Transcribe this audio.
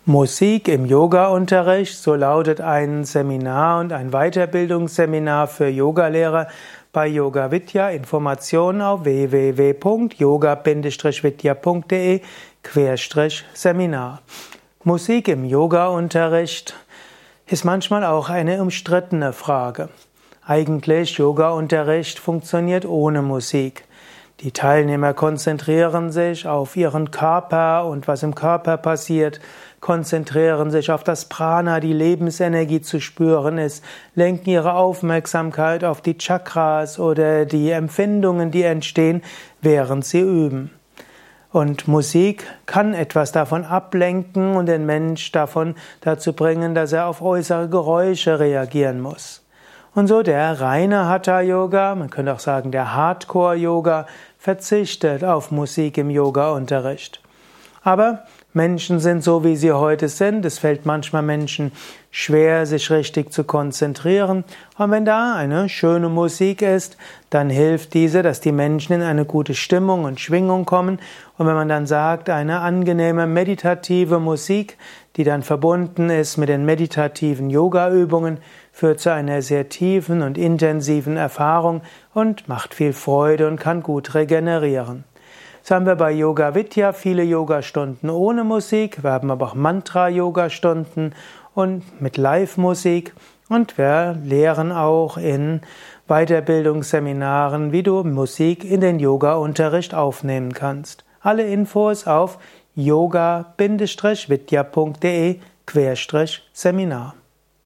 Musik im Yoga-Unterricht, so lautet ein Seminar und ein Weiterbildungsseminar für Yogalehrer bei Yoga Vidya. Informationen auf www.yoga-vidya.de/Seminar. Musik im Yoga-Unterricht ist manchmal auch eine umstrittene Frage. Eigentlich Yoga-Unterricht funktioniert ohne Musik. Die Teilnehmer konzentrieren sich auf ihren Körper und was im Körper passiert, konzentrieren sich auf das Prana, die Lebensenergie zu spüren ist, lenken ihre Aufmerksamkeit auf die Chakras oder die Empfindungen, die entstehen, während sie üben. Und Musik kann etwas davon ablenken und den Mensch dazu bringen, dass er auf äußere Geräusche reagieren muss. Und so der reine Hatha-Yoga, man könnte auch sagen der Hardcore-Yoga, verzichtet auf Musik im Yoga-Unterricht. Aber Menschen sind so, wie sie heute sind. Es fällt manchmal Menschen schwer, sich richtig zu konzentrieren. Und wenn da eine schöne Musik ist, dann hilft diese, dass die Menschen in eine gute Stimmung und Schwingung kommen. Und wenn man dann sagt, eine angenehme meditative Musik, die dann verbunden ist mit den meditativen Yoga-Übungen, führt zu einer sehr tiefen und intensiven Erfahrung und macht viel Freude und kann gut regenerieren. So haben wir bei Yoga Vidya viele Yogastunden ohne Musik, wir haben aber auch Mantra-Yogastunden und mit Live-Musik und wir lehren auch in Weiterbildungsseminaren, wie du Musik in den Yoga-Unterricht aufnehmen kannst. Alle Infos auf yoga-vidya.de/Seminar